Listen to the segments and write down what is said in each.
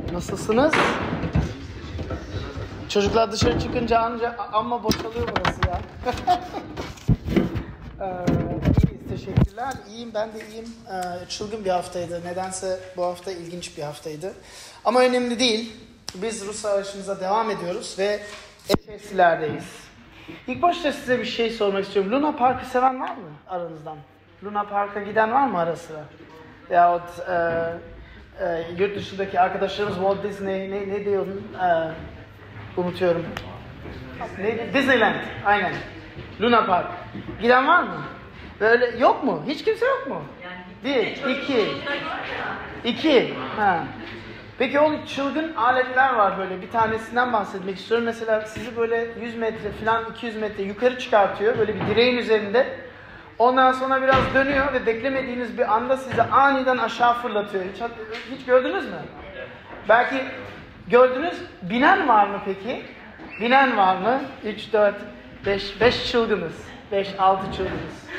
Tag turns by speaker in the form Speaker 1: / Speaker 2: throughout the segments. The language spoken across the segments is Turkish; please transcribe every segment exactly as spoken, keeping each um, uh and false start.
Speaker 1: Nasılsınız? Çocuklar dışarı çıkınca anca amma boşalıyor burası ya. ee, iyiyiz, teşekkürler. İyiyim, ben de iyiyim. Ee, çılgın bir haftaydı. Nedense bu hafta ilginç bir haftaydı. Ama önemli değil. Biz Rus Savaşı'mıza devam ediyoruz ve Efeslilerdeyiz. İlk başta size bir şey sormak istiyorum. Luna Park'ı seven var mı aranızdan? Luna Park'a giden var mı ara sıra? Yahut e, e, yurt dışındaki arkadaşlarımız Walt Disney, ne, ne diyordun? E, unutuyorum. Ne, Disneyland, aynen. Luna Park. Giden var mı? Böyle yok mu? Hiç kimse yok mu? Bir, iki. İki. Ha. Peki o çılgın aletler var böyle. Bir tanesinden bahsetmek istiyorum. Mesela sizi böyle yüz metre falan iki yüz metre yukarı çıkartıyor. Böyle bir direğin üzerinde. Ondan sonra biraz dönüyor ve beklemediğiniz bir anda sizi aniden aşağı fırlatıyor. Hiç, hiç gördünüz mü? Belki gördünüz. Binen var mı peki? Binen var mı? üç, dört, beş, beş çılgınız. beş, altı çılgınız.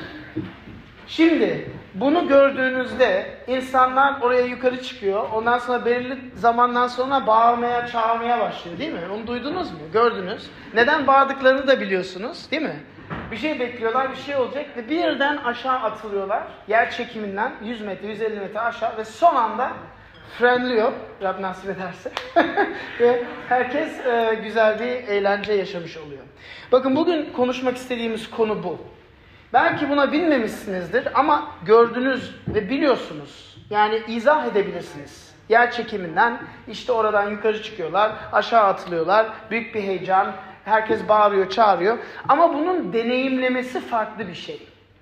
Speaker 1: Şimdi bunu gördüğünüzde insanlar oraya yukarı çıkıyor. Ondan sonra belirli zamandan sonra bağırmaya, çağırmaya başlıyor değil mi? Onu duydunuz mu? Gördünüz. Neden bağırdıklarını da biliyorsunuz değil mi? Bir şey bekliyorlar, bir şey olacak ve birden aşağı atılıyorlar. Yer çekiminden yüz metre, yüz elli metre aşağı ve son anda frenliyor. Rab nasip ederse. Ve herkes e, güzel bir eğlence yaşamış oluyor. Bakın bugün konuşmak istediğimiz konu bu. Belki buna bilmemişsinizdir ama gördünüz ve biliyorsunuz. Yani izah edebilirsiniz. Yer çekiminden işte oradan yukarı çıkıyorlar, aşağı atılıyorlar. Büyük bir heyecan, herkes bağırıyor, çağırıyor. Ama bunun deneyimlemesi farklı bir şey.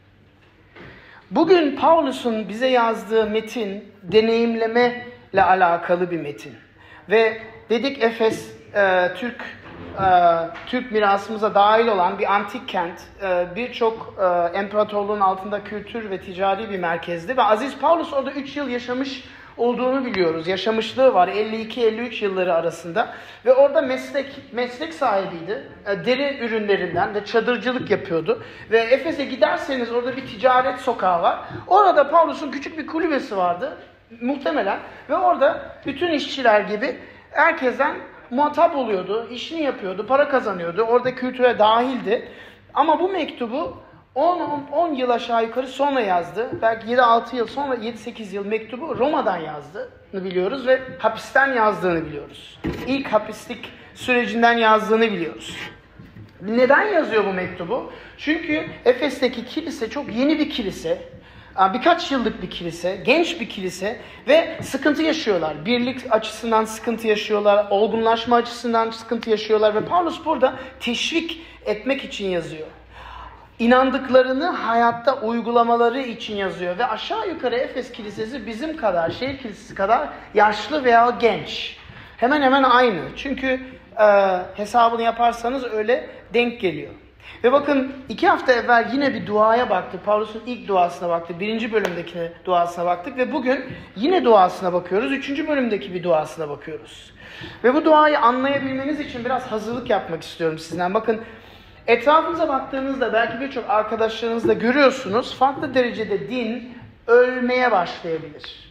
Speaker 1: Bugün Paulus'un bize yazdığı metin deneyimleme ile alakalı bir metin. Ve dedik Efes e, Türk e, Türk mirasımıza dahil olan bir antik kent, e, birçok e, imparatorluğun altında kültür ve ticari bir merkezdi ve Aziz Paulus orada üç yıl yaşamış olduğunu biliyoruz. Yaşamışlığı var elli iki elli üç yılları arasında ve orada meslek meslek sahibiydi. E, deri ürünlerinden de çadırcılık yapıyordu ve Efes'e giderseniz orada bir ticaret sokağı var. Orada Paulus'un küçük bir kulübesi vardı muhtemelen ve orada bütün işçiler gibi herkesten muhatap oluyordu, işini yapıyordu, para kazanıyordu. Orada kültüre dahildi. Ama bu mektubu on yıl aşağı yukarı sonra yazdı. Belki yedi altı yıl sonra, yedi sekiz yıl mektubu Roma'dan yazdığını biliyoruz ve hapisten yazdığını biliyoruz. İlk hapislik sürecinden yazdığını biliyoruz. Neden yazıyor bu mektubu? Çünkü Efes'teki kilise çok yeni bir kilise. Birkaç yıllık bir kilise, genç bir kilise ve sıkıntı yaşıyorlar. Birlik açısından sıkıntı yaşıyorlar, olgunlaşma açısından sıkıntı yaşıyorlar ve Paulus burada teşvik etmek için yazıyor. İnandıklarını hayatta uygulamaları için yazıyor ve aşağı yukarı Efes Kilisesi bizim kadar, şehir kilisesi kadar yaşlı veya genç. Hemen hemen aynı. Çünkü e, hesabını yaparsanız öyle denk geliyor. Ve bakın iki hafta evvel yine bir duaya baktık. Paulus'un ilk duasına baktık. Birinci bölümdeki duasına baktık. Ve bugün yine duasına bakıyoruz. Üçüncü bölümdeki bir duasına bakıyoruz. Ve bu duayı anlayabilmeniz için biraz hazırlık yapmak istiyorum sizden. Bakın etrafınıza baktığınızda belki birçok arkadaşlarınızda görüyorsunuz. Farklı derecede din ölmeye başlayabilir.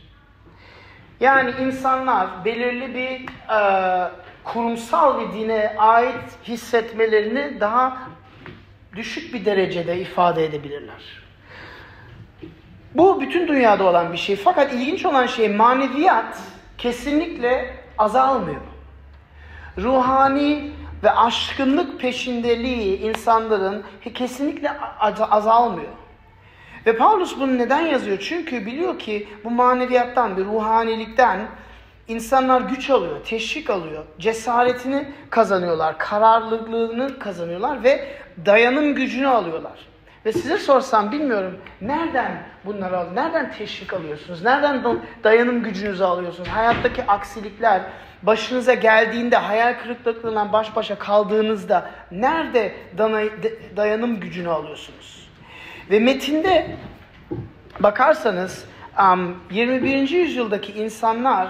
Speaker 1: Yani insanlar belirli bir e, kurumsal bir dine ait hissetmelerini daha düşük bir derecede ifade edebilirler. Bu bütün dünyada olan bir şey. Fakat ilginç olan şey maneviyat kesinlikle azalmıyor. Ruhani ve aşkınlık peşindeliği insanların kesinlikle azalmıyor. Ve Paulus bunu neden yazıyor? Çünkü biliyor ki bu maneviyattan, bir ruhanilikten insanlar güç alıyor, teşvik alıyor, cesaretini kazanıyorlar, kararlılığını kazanıyorlar ve dayanım gücünü alıyorlar. Ve size sorsam bilmiyorum nereden bunları alıyorsunuz, nereden teşvik alıyorsunuz, nereden dayanım gücünüzü alıyorsunuz? Hayattaki aksilikler başınıza geldiğinde, hayal kırıklıklarından baş başa kaldığınızda nerede dayanım gücünü alıyorsunuz? Ve metinde bakarsanız yirmi birinci yüzyıldaki insanlar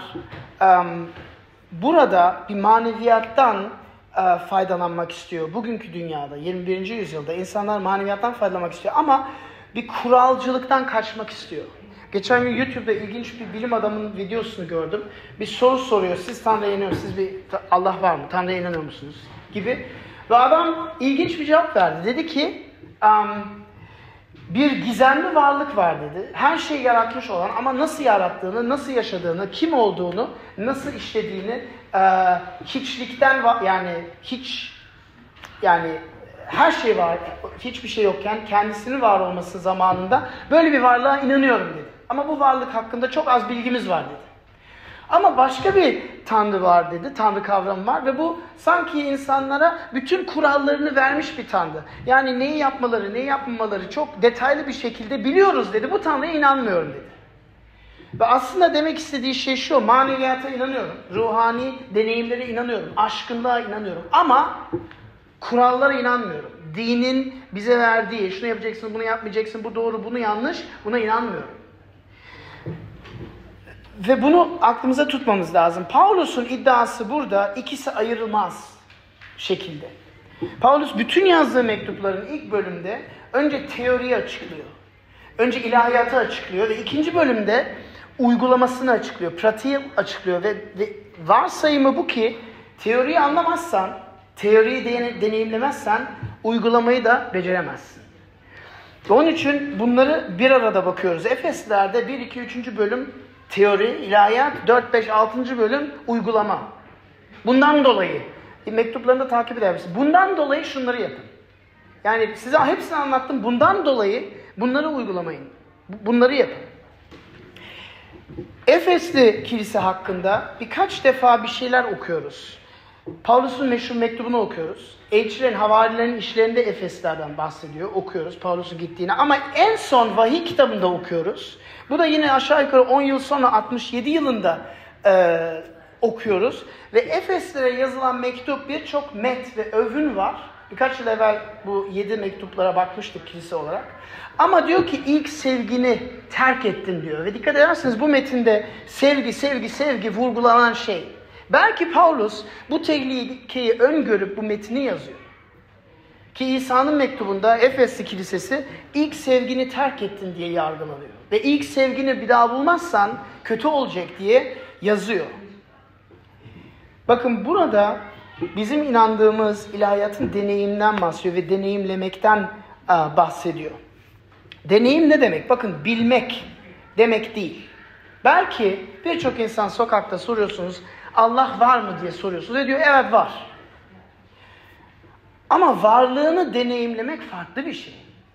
Speaker 1: burada bir maneviyattan faydalanmak istiyor. Bugünkü dünyada yirmi birinci yüzyılda insanlar maneviyattan faydalanmak istiyor ama bir kuralcılıktan kaçmak istiyor. Geçen gün YouTube'da ilginç bir bilim adamının videosunu gördüm. Bir soru soruyor. Siz Tanrı'ya inanıyor musunuz? Siz bir Allah var mı? Tanrı'ya inanıyor musunuz? Gibi. Ve adam ilginç bir cevap verdi. Dedi ki um, bir gizemli varlık var dedi. Her şeyi yaratmış olan ama nasıl yarattığını, nasıl yaşadığını, kim olduğunu, nasıl işlediğini e, hiçlikten yani hiç yani her şey var, hiçbir şey yokken kendisinin var olması zamanında böyle bir varlığa inanıyorum dedi. Ama bu varlık hakkında çok az bilgimiz var dedi. Ama başka bir Tanrı var dedi, Tanrı kavramı var ve bu sanki insanlara bütün kurallarını vermiş bir Tanrı. Yani neyi yapmaları, neyi yapmamaları çok detaylı bir şekilde biliyoruz dedi. Bu Tanrı'ya inanmıyorum dedi. Ve aslında demek istediği şey şu, maneviyata inanıyorum, ruhani deneyimlere inanıyorum, aşkınlığa inanıyorum ama kurallara inanmıyorum. Dinin bize verdiği, şunu yapacaksın, bunu yapmayacaksın, bu doğru, bunu yanlış, buna inanmıyorum. Ve bunu aklımıza tutmamız lazım. Paulus'un iddiası burada ikisi ayrılmaz şekilde. Paulus bütün yazdığı mektupların ilk bölümde önce teoriyi açıklıyor. Önce ilahiyatı açıklıyor ve ikinci bölümde uygulamasını açıklıyor, pratiği açıklıyor ve, ve varsayımı bu ki teoriyi anlamazsan, teoriyi de, deneyimlemezsen uygulamayı da beceremezsin. Onun için bunları bir arada bakıyoruz. Efesler'de bir, iki, üçüncü bölüm teori, ilahiyat, dört, beş, altıncı bölüm uygulama. Bundan dolayı, mektuplarında takip eder misin? Bundan dolayı şunları yapın. Yani size hepsini anlattım. Bundan dolayı bunları uygulamayın. Bunları yapın. Efesli kilise hakkında birkaç defa bir şeyler okuyoruz. Paulus'un meşhur mektubunu okuyoruz. Elçilerin, havarilerin işlerinde Efeslerden bahsediyor. Okuyoruz Paulus'un gittiğini. Ama en son vahiy kitabında okuyoruz. Bu da yine aşağı yukarı on yıl sonra altmış yedi yılında e, okuyoruz. Ve Efeslere yazılan mektup birçok met ve övün var. Birkaç yıl evvel bu yedi mektuplara bakmıştık kilise olarak. Ama diyor ki ilk sevgini terk ettin diyor. Ve dikkat ederseniz bu metinde sevgi, sevgi, sevgi vurgulanan şey. Belki Paulus bu tehlikeyi öngörüp bu metni yazıyor. Ki İsa'nın mektubunda Efesli kilisesi ilk sevgini terk ettin diye yargılanıyor. Ve ilk sevgini bir daha bulmazsan kötü olacak diye yazıyor. Bakın burada bizim inandığımız ilahiyatın deneyimden bahsediyor ve deneyimlemekten bahsediyor. Deneyim ne demek? Bakın bilmek demek değil. Belki birçok insan sokakta soruyorsunuz, Allah var mı diye soruyorsunuz ve diyor evet var. Ama varlığını deneyimlemek farklı bir şey.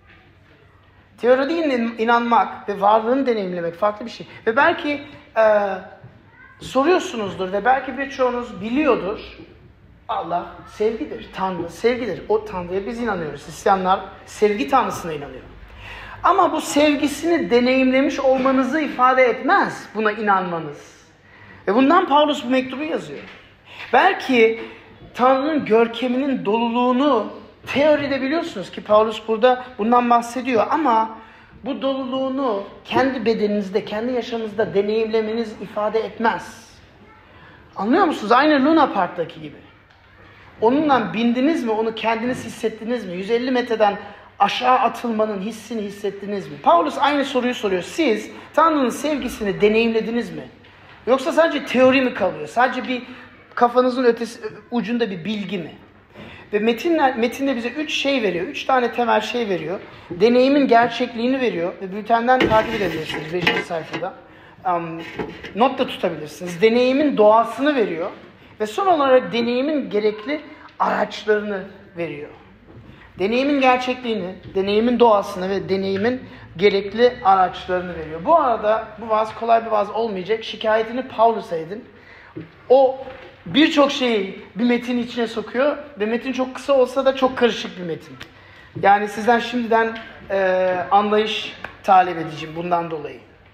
Speaker 1: Teori değil inanmak ve varlığını deneyimlemek farklı bir şey. Ve belki e, soruyorsunuzdur ve belki birçoğunuz biliyordur. Allah sevgidir, Tanrı sevgidir. O Tanrı'ya biz inanıyoruz. Hristiyanlar sevgi Tanrısına inanıyor. Ama bu sevgisini deneyimlemiş olmanızı ifade etmez buna inanmanız. Ve bundan Paulus bu mektubu yazıyor. Belki Tanrı'nın görkeminin doluluğunu teoride biliyorsunuz ki Paulus burada bundan bahsediyor. Ama bu doluluğunu kendi bedeninizde, kendi yaşamınızda deneyimlemeniz ifade etmez. Anlıyor musunuz? Aynı Luna Park'taki gibi. Onunla bindiniz mi, onu kendiniz hissettiniz mi? yüz elli metreden aşağı atılmanın hissini hissettiniz mi? Paulus aynı soruyu soruyor. Siz Tanrı'nın sevgisini deneyimlediniz mi? Yoksa sadece teori mi kalıyor? Sadece bir kafanızın ötesi, ucunda bir bilgi mi? Ve metinler, metinde bize üç şey veriyor. Üç tane temel şey veriyor. Deneyimin gerçekliğini veriyor. Ve bültenden takip edebilirsiniz beşinci sayfada. Um, not da tutabilirsiniz. Deneyimin doğasını veriyor. Ve son olarak deneyimin gerekli araçlarını veriyor. Deneyimin gerçekliğini, deneyimin doğasını ve deneyimin gerekli araçlarını veriyor. Bu arada bu vaaz kolay bir vaaz olmayacak. Şikayetini Paulus'a edin. O birçok şeyi bir metin içine sokuyor ve metin çok kısa olsa da çok karışık bir metin. Yani sizden şimdiden e, anlayış talep edeceğim bundan dolayı.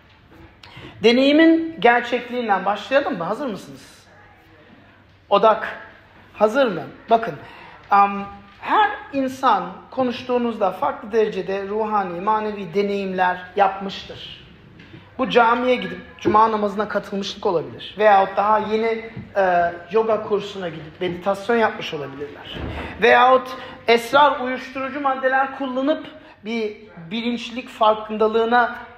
Speaker 1: Deneyimin gerçekliğinden başlayalım mı? Hazır mısınız? Odak. Hazır mı? Bakın. Um, her insan konuştuğunuzda farklı derecede ruhani, manevi deneyimler yapmıştır. Bu camiye gidip cuma namazına katılmışlık olabilir. Veyahut daha yeni e, yoga kursuna gidip meditasyon yapmış olabilirler. Veyahut esrar uyuşturucu maddeler kullanıp bir bilinçlik farkındalığına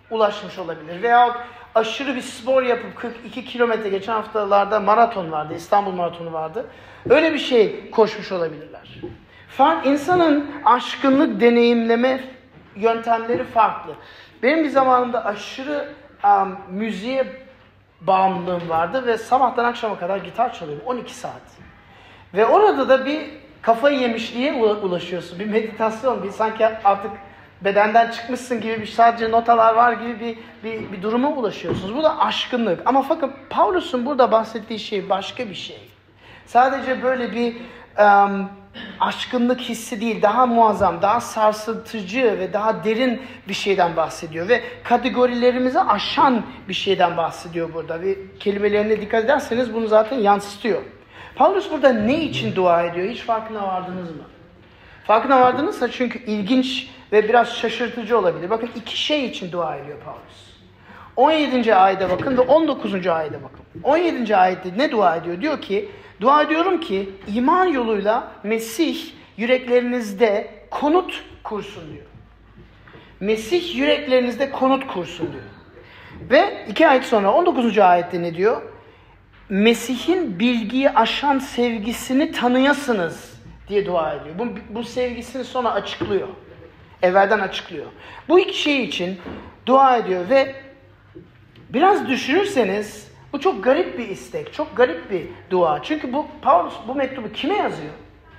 Speaker 1: ulaşmış olabilir. Veyahut aşırı bir spor yapıp kırk iki kilometre, geçen haftalarda maraton vardı, İstanbul maratonu vardı. Öyle bir şey koşmuş olabilirler. Fark, insanın aşkınlık deneyimleme yöntemleri farklı. Benim bir zamanımda aşırı um, müziğe bağımlılığım vardı ve sabahtan akşama kadar gitar çalıyorum on iki saat. Ve orada da bir kafayı yemişliğe ulaşıyorsun. Bir meditasyon, bir sanki artık bedenden çıkmışsın gibi, bir sadece notalar var gibi bir, bir, bir duruma ulaşıyorsunuz. Bu da aşkınlık. Ama fakat Paulus'un burada bahsettiği şey başka bir şey. Sadece böyle bir um, aşkınlık hissi değil, daha muazzam, daha sarsıntıcı ve daha derin bir şeyden bahsediyor. Ve kategorilerimizi aşan bir şeyden bahsediyor burada. Ve kelimelerine dikkat ederseniz bunu zaten yansıtıyor. Paulus burada ne için dua ediyor? Hiç farkına vardınız mı? Farkına vardınızsa çünkü ilginç ve biraz şaşırtıcı olabilir. Bakın iki şey için dua ediyor Paulus. on yedinci ayete bakın ve on dokuzuncu ayete bakın. on yedinci ayette ne dua ediyor? Diyor ki, dua ediyorum ki iman yoluyla Mesih yüreklerinizde konut kursun diyor. Mesih yüreklerinizde konut kursun diyor. Ve iki ayet sonra on dokuzuncu ayette ne diyor? Mesih'in bilgiyi aşan sevgisini tanıyasınız diye dua ediyor. Bu, bu sevgisini sonra açıklıyor. Evvelden açıklıyor. Bu iki şey için dua ediyor ve biraz düşünürseniz bu çok garip bir istek, çok garip bir dua. Çünkü bu Paulus bu mektubu kime yazıyor?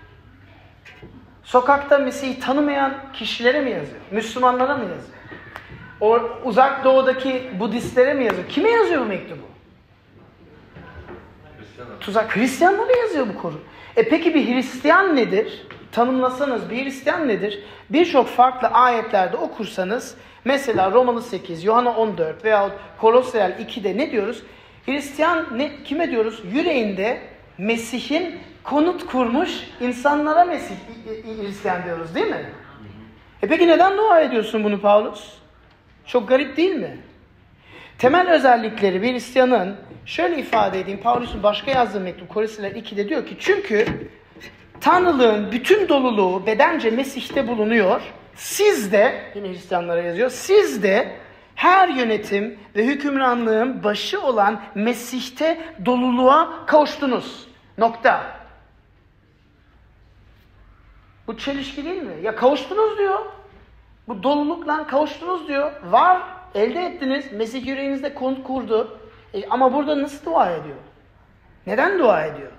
Speaker 1: Sokakta Mesih'i tanımayan kişilere mi yazıyor? Müslümanlara mı yazıyor? O uzak doğudaki Budistlere mi yazıyor? Kime yazıyor bu mektubu? Tuzak Hristiyanlara yazıyor bu konu. E peki bir Hristiyan nedir? Tanımlasanız bir Hristiyan nedir? Birçok farklı ayetlerde okursanız, mesela Romalı sekiz, Yuhanna on dört veyahut Kolosyalı ikide ne diyoruz? Hristiyan ne, kime diyoruz? Yüreğinde Mesih'in konut kurmuş insanlara Mesih Hristiyan diyoruz değil mi? E peki neden dua ediyorsun bunu Paulus? Çok garip değil mi? Temel özellikleri bir Hristiyanın, şöyle ifade edeyim, Paulus'un başka yazdığı mektup Kolosyalı ikide diyor ki, çünkü Tanrılığın bütün doluluğu bedence Mesih'te bulunuyor. Siz de, yine Hristiyanlara yazıyor, siz de her yönetim ve hükümranlığın başı olan Mesih'te doluluğa kavuştunuz. Nokta. Bu çelişki değil mi? Ya kavuştunuz diyor. Bu dolulukla kavuştunuz diyor. Var, elde ettiniz. Mesih yüreğinizde konut kurdu. E, ama burada nasıl dua ediyor? Neden dua ediyor?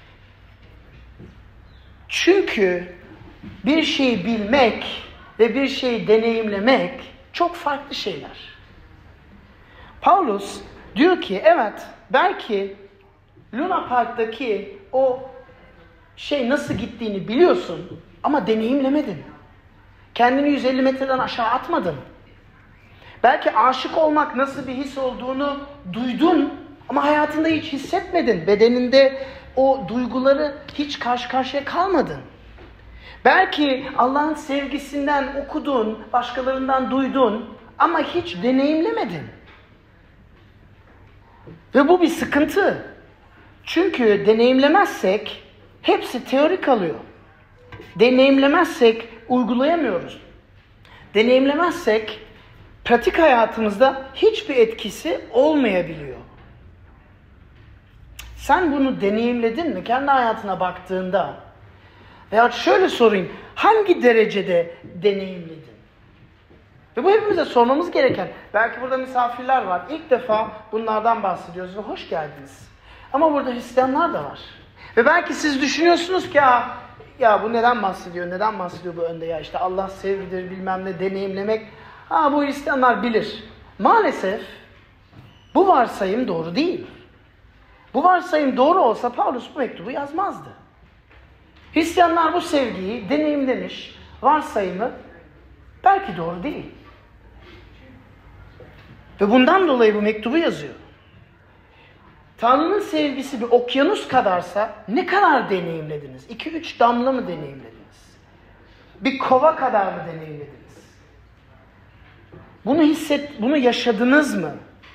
Speaker 1: Çünkü bir şeyi bilmek ve bir şeyi deneyimlemek çok farklı şeyler. Paulus diyor ki, evet belki Luna Park'taki o şey nasıl gittiğini biliyorsun ama deneyimlemedin. Kendini yüz elli metreden aşağı atmadın. Belki aşık olmak nasıl bir his olduğunu duydun ama hayatında hiç hissetmedin. Bedeninde o duyguları hiç karşı karşıya kalmadın. Belki Allah'ın sevgisinden okudun, başkalarından duydun ama hiç deneyimlemedin. Ve bu bir sıkıntı. Çünkü deneyimlemezsek hepsi teorik kalıyor. Deneyimlemezsek uygulayamıyoruz. Deneyimlemezsek pratik hayatımızda hiçbir etkisi olmayabiliyor. Sen bunu deneyimledin mi? Kendi hayatına baktığında veya şöyle sorayım, hangi derecede deneyimledin? Ve bu hepimize sormamız gereken, belki burada misafirler var. İlk defa bunlardan bahsediyoruz ve hoş geldiniz. Ama burada Hristiyanlar da var. Ve belki siz düşünüyorsunuz ki ya, ya bu neden bahsediyor, neden bahsediyor bu önde ya, işte Allah sevgidir bilmem ne, deneyimlemek. Ha bu Hristiyanlar bilir. Maalesef bu varsayım doğru değil. Bu varsayım doğru olsa Paulus bu mektubu yazmazdı. Hristiyanlar bu sevgiyi deneyimlemiş, varsayımı belki doğru değil. Ve bundan dolayı bu mektubu yazıyor. Tanrı'nın sevgisi bir okyanus kadarsa ne kadar deneyimlediniz? İki üç damla mı deneyimlediniz? Bir kova kadar mı deneyimlediniz? Bunu hisset, bunu yaşadınız mı?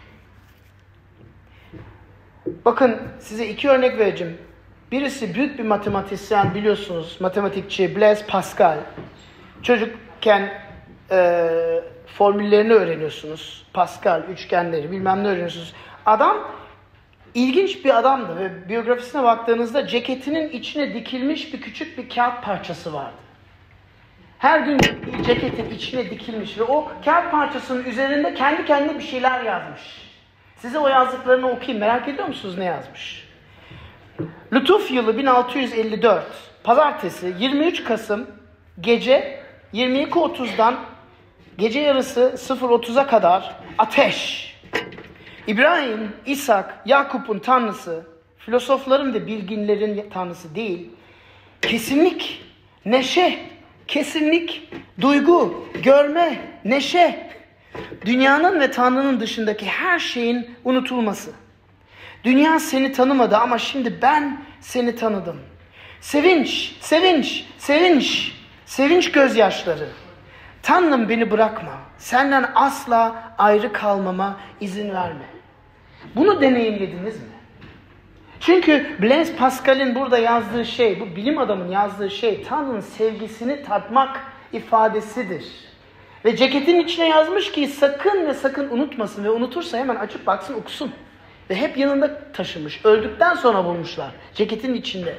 Speaker 1: Bakın size iki örnek vereceğim. Birisi büyük bir matematisyen, biliyorsunuz, matematikçi Blaise Pascal. Çocukken e, formüllerini öğreniyorsunuz. Pascal, üçgenleri bilmem ne öğreniyorsunuz. Adam ilginç bir adamdı ve biyografisine baktığınızda ceketinin içine dikilmiş bir küçük bir kağıt parçası vardı. Her gün ceketin içine dikilmiş ve o kağıt parçasının üzerinde kendi kendine bir şeyler yazmış. Size o yazdıklarını okuyayım. Merak ediyor musunuz ne yazmış? Lütuf yılı bin altı yüz elli dört, Pazartesi yirmi üç Kasım gece yirmi iki otuzdan gece yarısı sıfır otuza kadar ateş. İbrahim, İshak, Yakup'un tanrısı, filozofların ve bilginlerin tanrısı değil, kesinlik, neşe, kesinlik, duygu, görme, neşe, dünyanın ve Tanrı'nın dışındaki her şeyin unutulması. Dünya seni tanımadı ama şimdi ben seni tanıdım. Sevinç, sevinç, sevinç, sevinç gözyaşları. Tanrım beni bırakma, senden asla ayrı kalmama izin verme. Bunu deneyimlediniz mi? Çünkü Blaise Pascal'in burada yazdığı şey, bu bilim adamının yazdığı şey Tanrı'nın sevgisini tatmak ifadesidir. Ve ceketin içine yazmış ki sakın ve sakın unutmasın ve unutursa hemen açıp baksın okusun. Ve hep yanında taşımış. Öldükten sonra bulmuşlar ceketin içinde.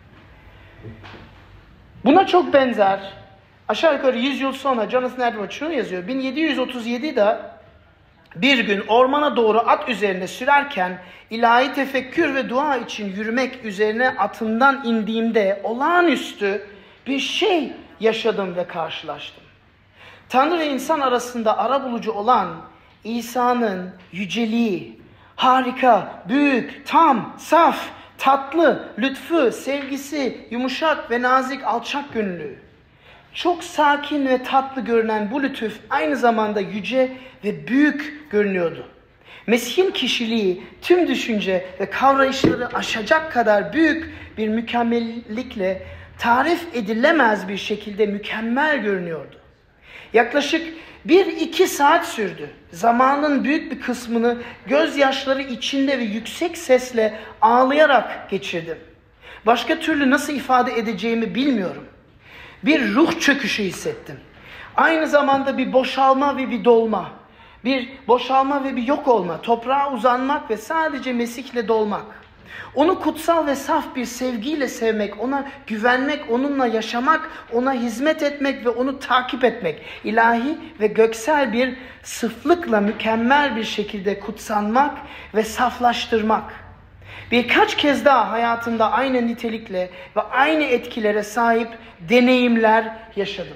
Speaker 1: Buna çok benzer. Aşağı yukarı yüz yıl sonra Jonathan Edwards şunu yazıyor. bin yedi yüz otuz yedi'de bir gün ormana doğru at üzerinde sürerken ilahi tefekkür ve dua için yürümek üzerine atından indiğimde olağanüstü bir şey yaşadım ve karşılaştım. Tanrı ve insan arasında arabulucu olan İsa'nın yüceliği, harika, büyük, tam, saf, tatlı, lütfu, sevgisi, yumuşak ve nazik, alçak gönüllü. Çok sakin ve tatlı görünen bu lütuf aynı zamanda yüce ve büyük görünüyordu. Mesih'in kişiliği tüm düşünce ve kavrayışları aşacak kadar büyük bir mükemmellikle tarif edilemez bir şekilde mükemmel görünüyordu. Yaklaşık bir iki saat sürdü. Zamanın büyük bir kısmını gözyaşları içinde ve yüksek sesle ağlayarak geçirdim. Başka türlü nasıl ifade edeceğimi bilmiyorum. Bir ruh çöküşü hissettim. Aynı zamanda bir boşalma ve bir dolma. Bir boşalma ve bir yok olma. Toprağa uzanmak ve sadece Mesih'le dolmak. Onu kutsal ve saf bir sevgiyle sevmek, ona güvenmek, onunla yaşamak, ona hizmet etmek ve onu takip etmek. İlahi ve göksel bir sıflıkla mükemmel bir şekilde kutsanmak ve saflaştırmak. Birkaç kez daha hayatımda aynı nitelikle ve aynı etkilere sahip deneyimler yaşadım.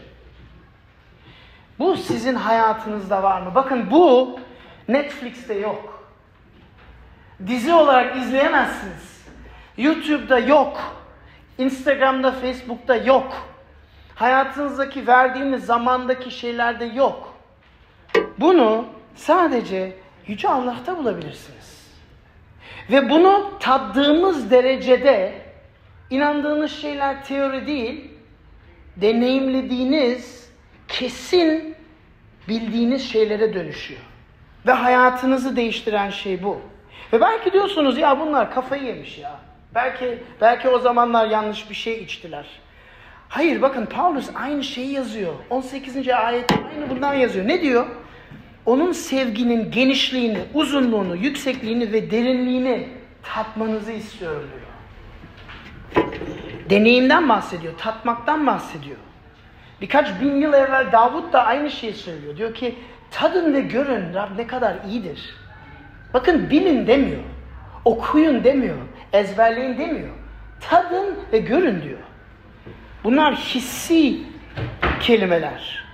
Speaker 1: Bu sizin hayatınızda var mı? Bakın bu Netflix'te yok. Dizi olarak izleyemezsiniz. YouTube'da yok. Instagram'da, Facebook'ta yok. Hayatınızdaki verdiğiniz zamandaki şeylerde yok. Bunu sadece Yüce Allah'ta bulabilirsiniz. Ve bunu tattığımız derecede inandığınız şeyler teori değil, deneyimlediğiniz, kesin bildiğiniz şeylere dönüşüyor. Ve hayatınızı değiştiren şey bu. Ve belki diyorsunuz ya bunlar kafayı yemiş ya. Belki belki o zamanlar yanlış bir şey içtiler. Hayır bakın Paulus aynı şeyi yazıyor. on sekizinci ayet aynı bundan yazıyor. Ne diyor? Onun sevginin genişliğini, uzunluğunu, yüksekliğini ve derinliğini tatmanızı istiyorum diyor. Deneyimden bahsediyor, tatmaktan bahsediyor. Birkaç bin yıl evvel Davut da aynı şeyi söylüyor. Diyor ki tadın ve görün Rab ne kadar iyidir. Bakın bilin demiyor, okuyun demiyor, ezberleyin demiyor. Tadın ve görün diyor. Bunlar hissi kelimeler.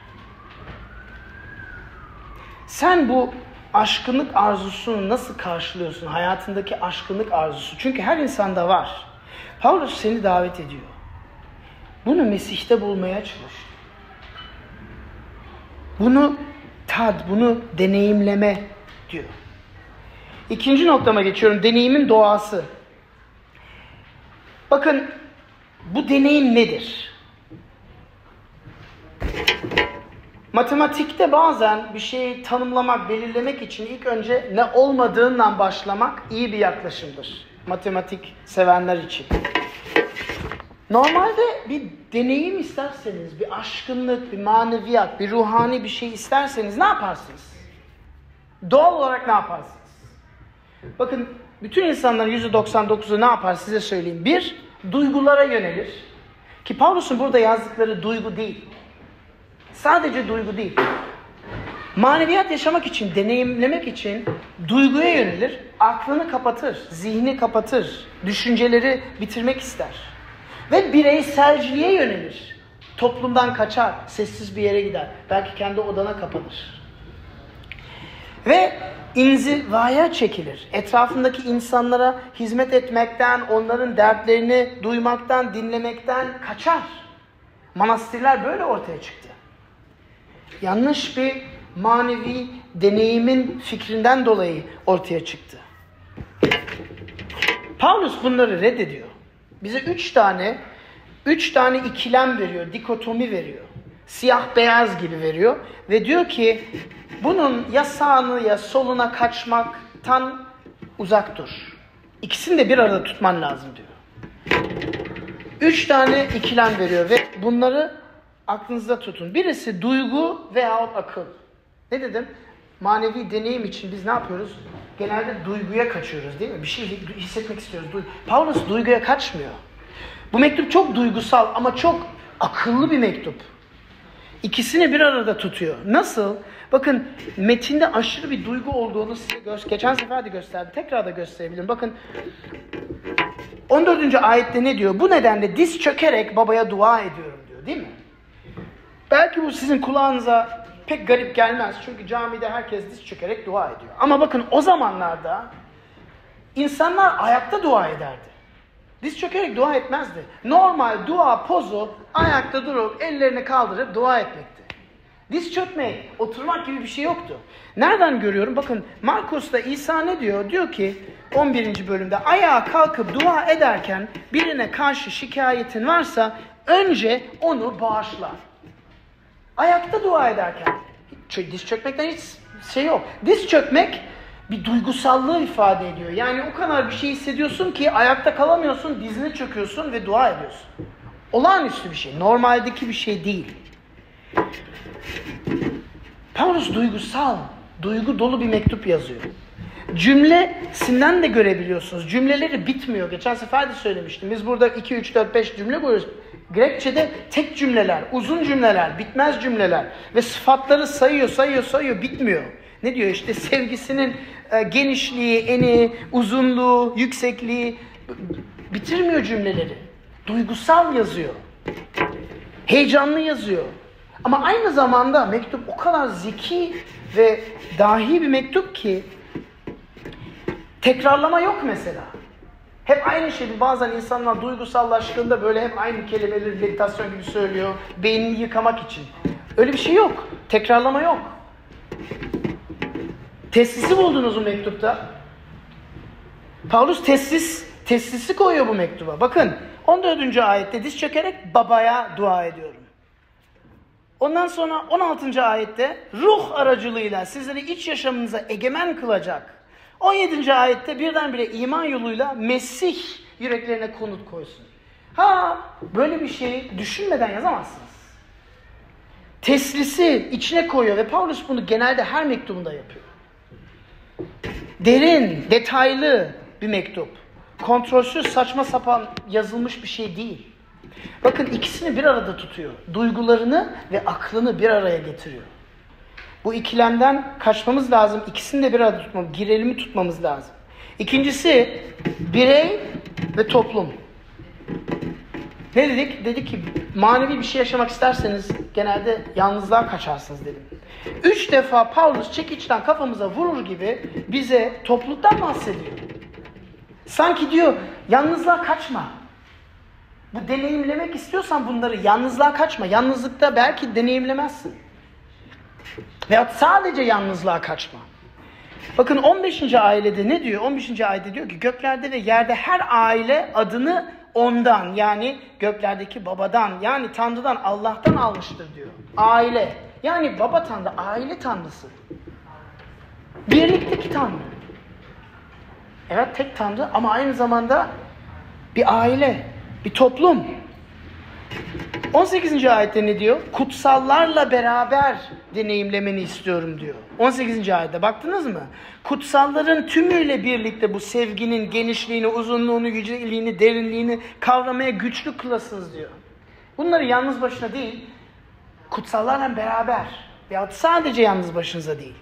Speaker 1: Sen bu aşkınlık arzusunu nasıl karşılıyorsun? Hayatındaki aşkınlık arzusu. Çünkü her insanda var. Paulus seni davet ediyor. Bunu Mesih'te bulmaya çalış. Bunu tad, bunu deneyimleme diyor. İkinci noktama geçiyorum. Deneyimin doğası. Bakın bu deneyim nedir? Matematikte bazen bir şeyi tanımlamak, belirlemek için ilk önce ne olmadığından başlamak iyi bir yaklaşımdır. Matematik sevenler için. Normalde bir deneyim isterseniz, bir aşkınlık, bir maneviyat, bir ruhani bir şey isterseniz ne yaparsınız? Doğal olarak ne yaparsınız? Bakın bütün insanların yüzde doksan dokuzu ne yapar size söyleyeyim. Bir, duygulara yönelir. Ki Pavlus'un burada yazdıkları duygu değil. Sadece duygu değil. Maneviyat yaşamak için, deneyimlemek için duyguya yönelir. Aklını kapatır, zihni kapatır, düşünceleri bitirmek ister. Ve bireyselciliğe yönelir. Toplumdan kaçar, sessiz bir yere gider. Belki kendi odana kapanır. Ve inzivaya çekilir. Etrafındaki insanlara hizmet etmekten, onların dertlerini duymaktan, dinlemekten kaçar. Manastırlar böyle ortaya çıktı. Yanlış bir manevi deneyimin fikrinden dolayı ortaya çıktı. Paulus bunları reddediyor. Bize üç tane, üç tane ikilem veriyor, dikotomi veriyor. Siyah beyaz gibi veriyor. Ve diyor ki bunun ya sağını ya soluna kaçmaktan uzak dur. İkisini de bir arada tutman lazım diyor. Üç tane ikilem veriyor ve bunları aklınızda tutun. Birisi duygu veyahut akıl. Ne dedim? Manevi deneyim için biz ne yapıyoruz? Genelde duyguya kaçıyoruz değil mi? Bir şey hissetmek istiyoruz. Paulus duyguya kaçmıyor. Bu mektup çok duygusal ama çok akıllı bir mektup. İkisini bir arada tutuyor. Nasıl? Bakın metinde aşırı bir duygu olduğunu size gö- geçen sefer de gösterdim. Tekrar da gösterebilirim. Bakın on dördüncü ayette ne diyor? Bu nedenle diz çökerek babaya dua ediyorum diyor değil mi? Belki bu sizin kulağınıza pek garip gelmez. Çünkü camide herkes diz çökerek dua ediyor. Ama bakın o zamanlarda insanlar ayakta dua ederdi. Diz çökerek dua etmezdi. Normal dua pozu ayakta durup ellerini kaldırıp dua etmekti. Diz çökmek, oturmak gibi bir şey yoktu. Nereden görüyorum? Bakın Markus'ta İsa ne diyor? Diyor ki on birinci bölümde ayağa kalkıp dua ederken birine karşı şikayetin varsa önce onu bağışla. Ayakta dua ederken. Diz çökmekten hiç şey yok. Diz çökmek bir duygusallığı ifade ediyor. Yani o kadar bir şey hissediyorsun ki ayakta kalamıyorsun, dizine çöküyorsun ve dua ediyorsun. Olağanüstü bir şey. Normaldeki bir şey değil. Paulus duygusal, duygu dolu bir mektup yazıyor. Cümlesinden de görebiliyorsunuz. Cümleleri bitmiyor. Geçen sefer de söylemiştim. Biz burada iki, üç, dört, beş cümle görüyoruz. Grekçe'de tek cümleler, uzun cümleler, bitmez cümleler ve sıfatları sayıyor, sayıyor, sayıyor, bitmiyor. Ne diyor işte sevgisinin e, genişliği, eni, uzunluğu, yüksekliği bitirmiyor cümleleri. Duygusal yazıyor. Heyecanlı yazıyor. Ama aynı zamanda mektup o kadar zeki ve dahi bir mektup ki tekrarlama yok mesela. Hep aynı şeyi bazen insanlar duygusallaştığında böyle hep aynı kelimeleri meditasyon gibi söylüyor. Beynini yıkamak için. Öyle bir şey yok. Tekrarlama yok. Teslisi buldunuz bu mektupta. Paulus teslis, teslisi koyuyor bu mektuba. Bakın on dördüncü ayette diz çökerek babaya dua ediyorum. Ondan sonra on altıncı ayette ruh aracılığıyla sizleri iç yaşamınıza egemen kılacak. on yedinci ayette birdenbire iman yoluyla Mesih yüreklerine konut koysun. Ha, böyle bir şeyi düşünmeden yazamazsınız. Teslisi içine koyuyor ve Paulus bunu genelde her mektubunda yapıyor. Derin, detaylı bir mektup. Kontrolsüz, saçma sapan yazılmış bir şey değil. Bakın ikisini bir arada tutuyor. Duygularını ve aklını bir araya getiriyor. Bu ikilemden kaçmamız lazım. İkisini de bir arada tutmamız, girilimi tutmamız lazım. İkincisi birey ve toplum. Ne dedik? Dedik ki manevi bir şey yaşamak isterseniz genelde yalnızlığa kaçarsınız dedim. Üç defa Paulus çekiçten kafamıza vurur gibi bize topluluktan bahsediyor. Sanki diyor yalnızlığa kaçma. Bu deneyimlemek istiyorsan bunları yalnızlığa kaçma. Yalnızlıkta belki deneyimlemezsin. Veyahut sadece yalnızlığa kaçma. Bakın on beşinci ailede ne diyor? on beşinci ayette diyor ki göklerde ve yerde her aile adını ondan yani göklerdeki babadan yani Tanrı'dan Allah'tan almıştır diyor. Aile yani baba Tanrı aile Tanrısı. Birlikteki Tanrı. Evet tek Tanrı ama aynı zamanda bir aile, bir toplum. on sekizinci ayette ne diyor? Kutsallarla beraber deneyimlemeni istiyorum diyor. on sekizinci ayette baktınız mı? Kutsalların tümüyle birlikte bu sevginin genişliğini, uzunluğunu, yüceliğini, derinliğini kavramaya güçlü kılasınız diyor. Bunları yalnız başına değil, kutsallarla beraber veyahut sadece yalnız başınıza değil.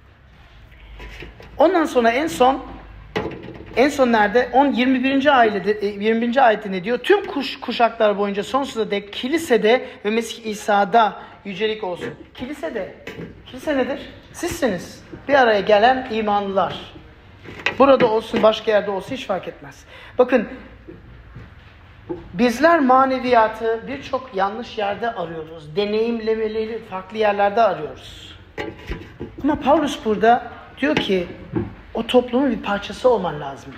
Speaker 1: Ondan sonra en son En son nerede? on yirmi birinci ayette yirmi birinci ayette ne diyor? Tüm kuş, kuşaklar boyunca sonsuza dek kilisede ve Mesih İsa'da yücelik olsun. Kilisede. Kilise nedir? Sizsiniz. Bir araya gelen imanlılar. Burada olsun, başka yerde olsun hiç fark etmez. Bakın, bizler maneviyatı birçok yanlış yerde arıyoruz. Deneyimlemeleri farklı yerlerde arıyoruz. Ama Paulus burada diyor ki, o toplumun bir parçası olman lazım.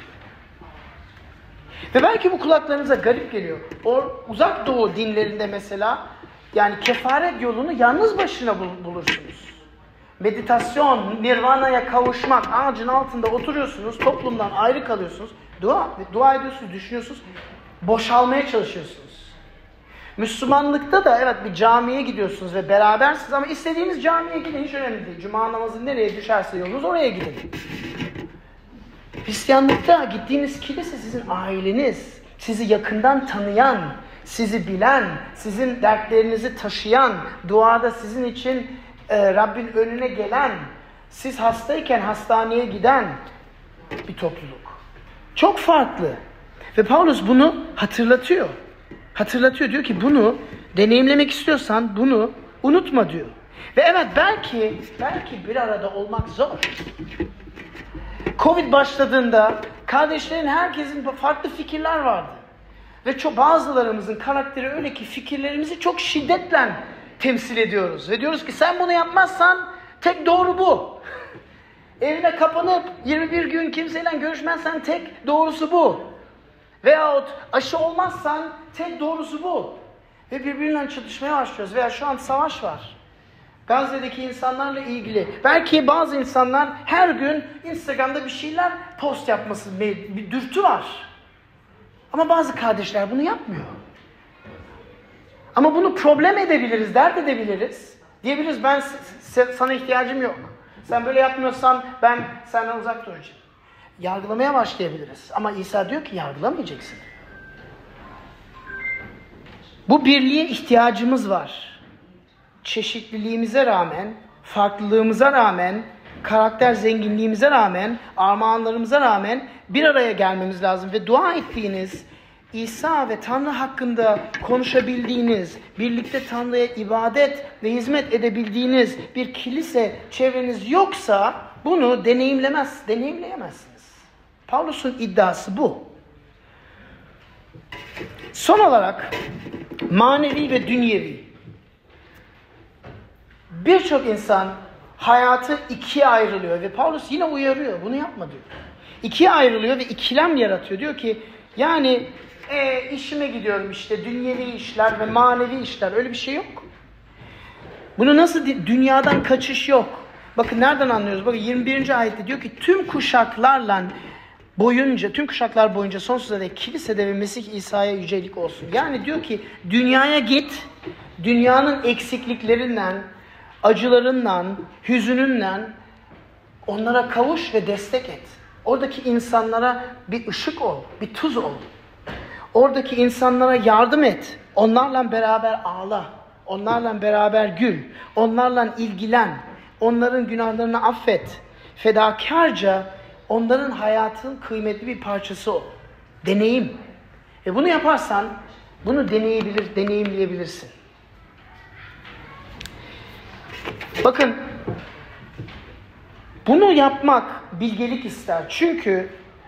Speaker 1: Ve belki bu kulaklarınıza garip geliyor. O uzak doğu dinlerinde mesela, yani kefaret yolunu yalnız başına bulursunuz. Meditasyon, nirvana'ya kavuşmak, ağacın altında oturuyorsunuz, toplumdan ayrı kalıyorsunuz. Dua, dua ediyorsunuz, düşünüyorsunuz, boşalmaya çalışıyorsunuz. Müslümanlıkta da evet bir camiye gidiyorsunuz ve berabersiniz ama istediğiniz camiye gidin, hiç önemli değil. Cuma namazı nereye düşerse yolunuz oraya gidin. Hristiyanlıkta gittiğiniz kilise sizin aileniz, sizi yakından tanıyan, sizi bilen, sizin dertlerinizi taşıyan, duada sizin için e, Rabbin önüne gelen, siz hastayken hastaneye giden bir topluluk. Çok farklı. Ve Paulus bunu hatırlatıyor. Hatırlatıyor, diyor ki bunu deneyimlemek istiyorsan bunu unutma diyor. Ve evet belki, belki bir arada olmak zor. Covid başladığında kardeşlerin, herkesin farklı fikirler vardı. Ve çok, bazılarımızın karakteri öyle ki fikirlerimizi çok şiddetle temsil ediyoruz. Ve diyoruz ki sen bunu yapmazsan tek doğru bu. Evine kapanıp yirmi bir gün kimseyle görüşmezsen tek doğrusu bu. Veyahut aşı olmazsan tek doğrusu bu. Ve birbiriyle çatışmaya başlıyoruz. Veya şu an savaş var. Gazze'deki insanlarla ilgili. Belki bazı insanlar her gün Instagram'da bir şeyler post yapması, bir dürtü var. Ama bazı kardeşler bunu yapmıyor. Ama bunu problem edebiliriz, dert edebiliriz. Diyebiliriz ben sana ihtiyacım yok. Sen böyle yapmıyorsan ben senden uzak duracağım. Yargılamaya başlayabiliriz. Ama İsa diyor ki yargılamayacaksın. Bu birliğe ihtiyacımız var. Çeşitliliğimize rağmen, farklılığımıza rağmen, karakter zenginliğimize rağmen, armağanlarımıza rağmen bir araya gelmemiz lazım. Ve dua ettiğiniz, İsa ve Tanrı hakkında konuşabildiğiniz, birlikte Tanrı'ya ibadet ve hizmet edebildiğiniz bir kilise çevreniz yoksa bunu deneyimlemez, deneyimleyemezsiniz. Paulus'un iddiası bu. Son olarak manevi ve dünyevi. Birçok insan hayatı ikiye ayrılıyor ve Paulus yine uyarıyor. Bunu yapma diyor. İkiye ayrılıyor ve ikilem yaratıyor. Diyor ki yani e, işime gidiyorum işte dünyevi işler ve manevi işler. Öyle bir şey yok. Bunu nasıl dünyadan kaçış yok. Bakın nereden anlıyoruz? Bakın yirmi birinci ayette diyor ki tüm kuşaklarla boyunca, tüm kuşaklar boyunca sonsuza dek kilisede ve Mesih İsa'ya yücelik olsun. Yani diyor ki dünyaya git, dünyanın eksikliklerinden, acılarından, hüzününden onlara kavuş ve destek et. Oradaki insanlara bir ışık ol, bir tuz ol. Oradaki insanlara yardım et. Onlarla beraber ağla. Onlarla beraber gül. Onlarla ilgilen. Onların günahlarını affet. Fedakarca onların hayatın kıymetli bir parçası ol. Deneyim. E bunu yaparsan bunu deneyebilir, deneyimleyebilirsin. Bakın, bunu yapmak bilgelik ister. Çünkü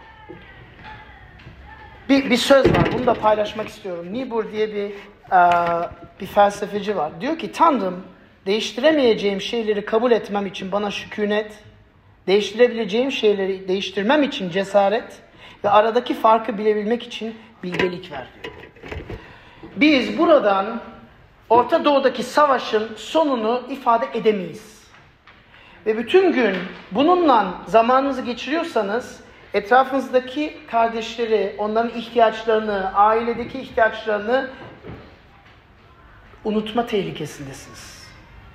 Speaker 1: bir, bir söz var. Bunu da paylaşmak istiyorum. Niebuhr diye bir uh, bir felsefeci var. Diyor ki Tanrım, değiştiremeyeceğim şeyleri kabul etmem için bana sükunet, değiştirebileceğim şeyleri değiştirmem için cesaret ve aradaki farkı bilebilmek için bilgelik ver diyor. Biz buradan Orta Doğu'daki savaşın sonunu ifade edemeyiz. Ve bütün gün bununla zamanınızı geçiriyorsanız etrafınızdaki kardeşleri, onların ihtiyaçlarını, ailedeki ihtiyaçlarını unutma tehlikesindesiniz.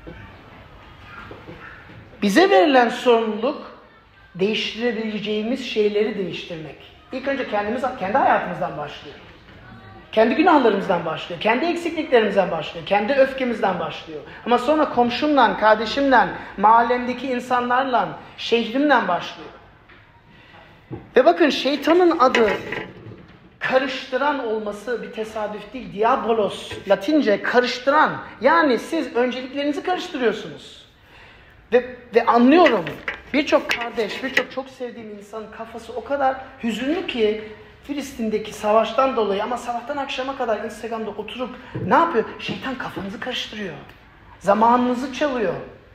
Speaker 1: Bize verilen sorumluluk değiştirebileceğimiz şeyleri değiştirmek. İlk önce kendimiz, kendi hayatımızdan başlıyor. Kendi günahlarımızdan başlıyor. Kendi eksikliklerimizden başlıyor. Kendi öfkemizden başlıyor. Ama sonra komşumdan, kardeşimden, mahallemdeki insanlarla, şehrimden başlıyor. Ve bakın şeytanın adı karıştıran olması bir tesadüf değil. Diabolos, Latince karıştıran. Yani siz önceliklerinizi karıştırıyorsunuz. Ve, ve anlıyorum. Birçok kardeş, birçok çok sevdiğim insanın kafası o kadar hüzünlü ki Filistin'deki savaştan dolayı, ama sabahtan akşama kadar Instagram'da oturup ne yapıyor? Şeytan kafanızı karıştırıyor. Zamanınızı çalıyor.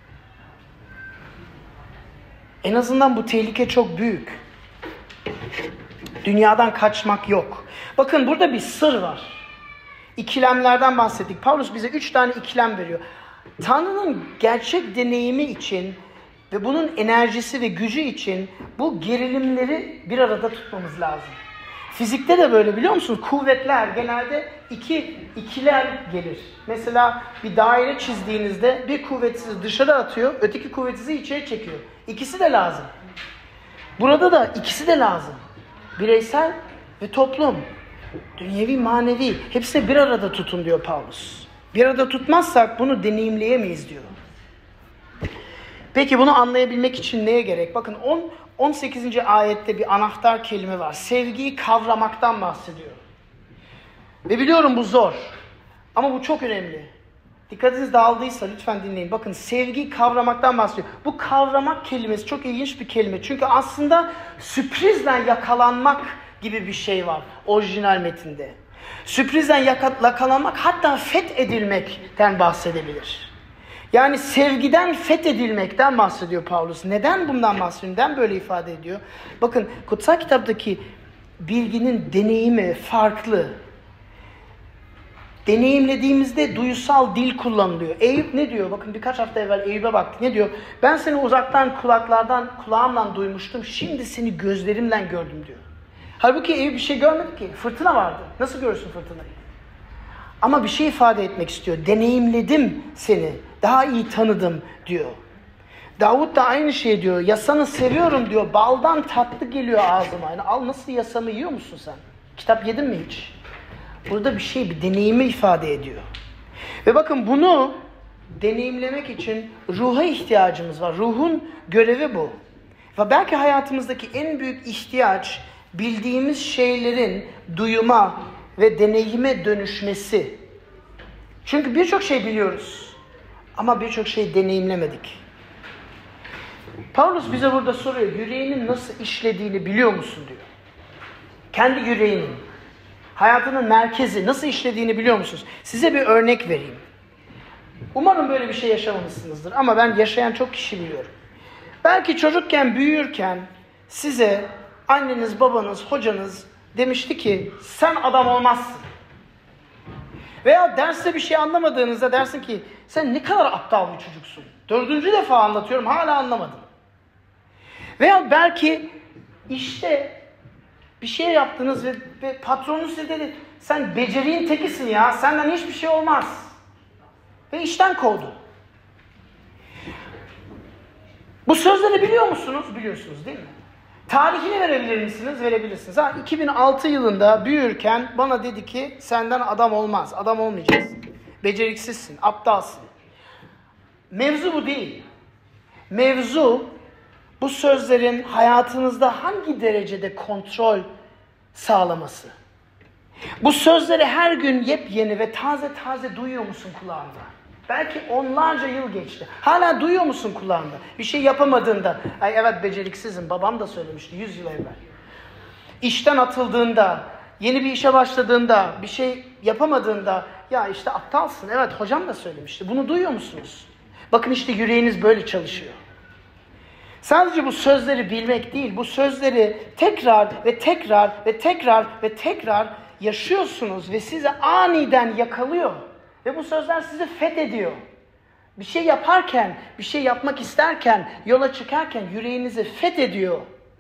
Speaker 1: En azından bu tehlike çok büyük. Dünyadan kaçmak yok. Bakın burada bir sır var. İkilemlerden bahsettik. Paulus bize üç tane ikilem veriyor. Tanrı'nın gerçek deneyimi için ve bunun enerjisi ve gücü için bu gerilimleri bir arada tutmamız lazım. Fizikte de böyle, biliyor musunuz? Kuvvetler genelde iki ikiler gelir. Mesela bir daire çizdiğinizde bir kuvvet sizi dışarı atıyor, öteki kuvvet sizi içeri çekiyor. İkisi de lazım. Burada da ikisi de lazım. Bireysel ve toplum. Dünyevi, manevi. Hepsini bir arada tutun diyor Paulus. Bir arada tutmazsak bunu deneyimleyemeyiz diyor. Peki bunu anlayabilmek için neye gerek? Bakın on, on sekizinci ayette bir anahtar kelime var. Sevgiyi kavramaktan bahsediyor. Ve biliyorum bu zor. Ama bu çok önemli. Dikkatiniz dağıldıysa lütfen dinleyin. Bakın sevgi kavramaktan bahsediyor. Bu kavramak kelimesi çok ilginç bir kelime. Çünkü aslında sürprizle yakalanmak gibi bir şey var orijinal metinde. Sürprizle yakalanmak, hatta fethedilmekten bahsedebilir. Yani sevgiden fethedilmekten bahsediyor Paulus. Neden bundan bahsediyor? Neden böyle ifade ediyor? Bakın kutsal kitaptaki bilginin deneyimi farklı. Deneyimlediğimizde duyusal dil kullanılıyor. Eyüp ne diyor? Bakın birkaç hafta evvel Eyüp'e baktık. Ne diyor? Ben seni uzaktan kulaklardan, kulağımla duymuştum. Şimdi seni gözlerimle gördüm diyor. Halbuki Eyüp bir şey görmedi ki. Fırtına vardı. Nasıl görürsün fırtınayı? Ama bir şey ifade etmek istiyor. Deneyimledim seni. Daha iyi tanıdım diyor. Davut da aynı şey diyor. Yasanı seviyorum diyor. Baldan tatlı geliyor ağzıma. Yani al, nasıl, yasamı yiyor musun sen? Kitap yedin mi hiç? Burada bir şey, bir deneyimi ifade ediyor. Ve bakın bunu deneyimlemek için ruha ihtiyacımız var. Ruhun görevi bu. Ve belki hayatımızdaki en büyük ihtiyaç bildiğimiz şeylerin duyuma ve deneyime dönüşmesi. Çünkü birçok şey biliyoruz ama birçok şey deneyimlemedik. Paulus bize burada soruyor, yüreğinin nasıl işlediğini biliyor musun diyor. Kendi yüreğinin, hayatının merkezi nasıl işlediğini biliyor musunuz? Size bir örnek vereyim. Umarım böyle bir şey yaşamamışsınızdır ama ben yaşayan çok kişi biliyorum. Belki çocukken, büyürken size anneniz, babanız, hocanız demişti ki sen adam olmazsın. Veya derste bir şey anlamadığınızda dersin ki sen ne kadar aptal bir çocuksun. Dördüncü defa anlatıyorum, hala anlamadım. Veya belki işte bir şey yaptınız ve, ve patronunuz size dedi sen beceriğin tekisin ya, senden hiçbir şey olmaz. Ve işten kovdu. Bu sözleri biliyor musunuz? Biliyorsunuz değil mi? Tarihini verebilir misiniz? Verebilirsiniz. Ha, iki bin altı yılında büyürken bana dedi ki senden adam olmaz. Adam olmayacaksın. Beceriksizsin, aptalsın. Mevzu bu değil. Mevzu bu sözlerin hayatınızda hangi derecede kontrol sağlaması. Bu sözleri her gün yepyeni ve taze taze duyuyor musun kulağında? Belki onlarca yıl geçti. Hala duyuyor musun kulağında? Bir şey yapamadığında, ay evet beceriksizim, babam da söylemişti yüz yıl evvel. İşten atıldığında, yeni bir işe başladığında, bir şey yapamadığında, ya işte aptalsın, evet hocam da söylemişti. Bunu duyuyor musunuz? Bakın işte yüreğiniz böyle çalışıyor. Sadece bu sözleri bilmek değil, bu sözleri tekrar ve tekrar ve tekrar ve tekrar yaşıyorsunuz ve sizi aniden yakalıyor. Ve bu sözler sizi fethediyor. Bir şey yaparken, bir şey yapmak isterken, yola çıkarken yüreğinizi fethediyor.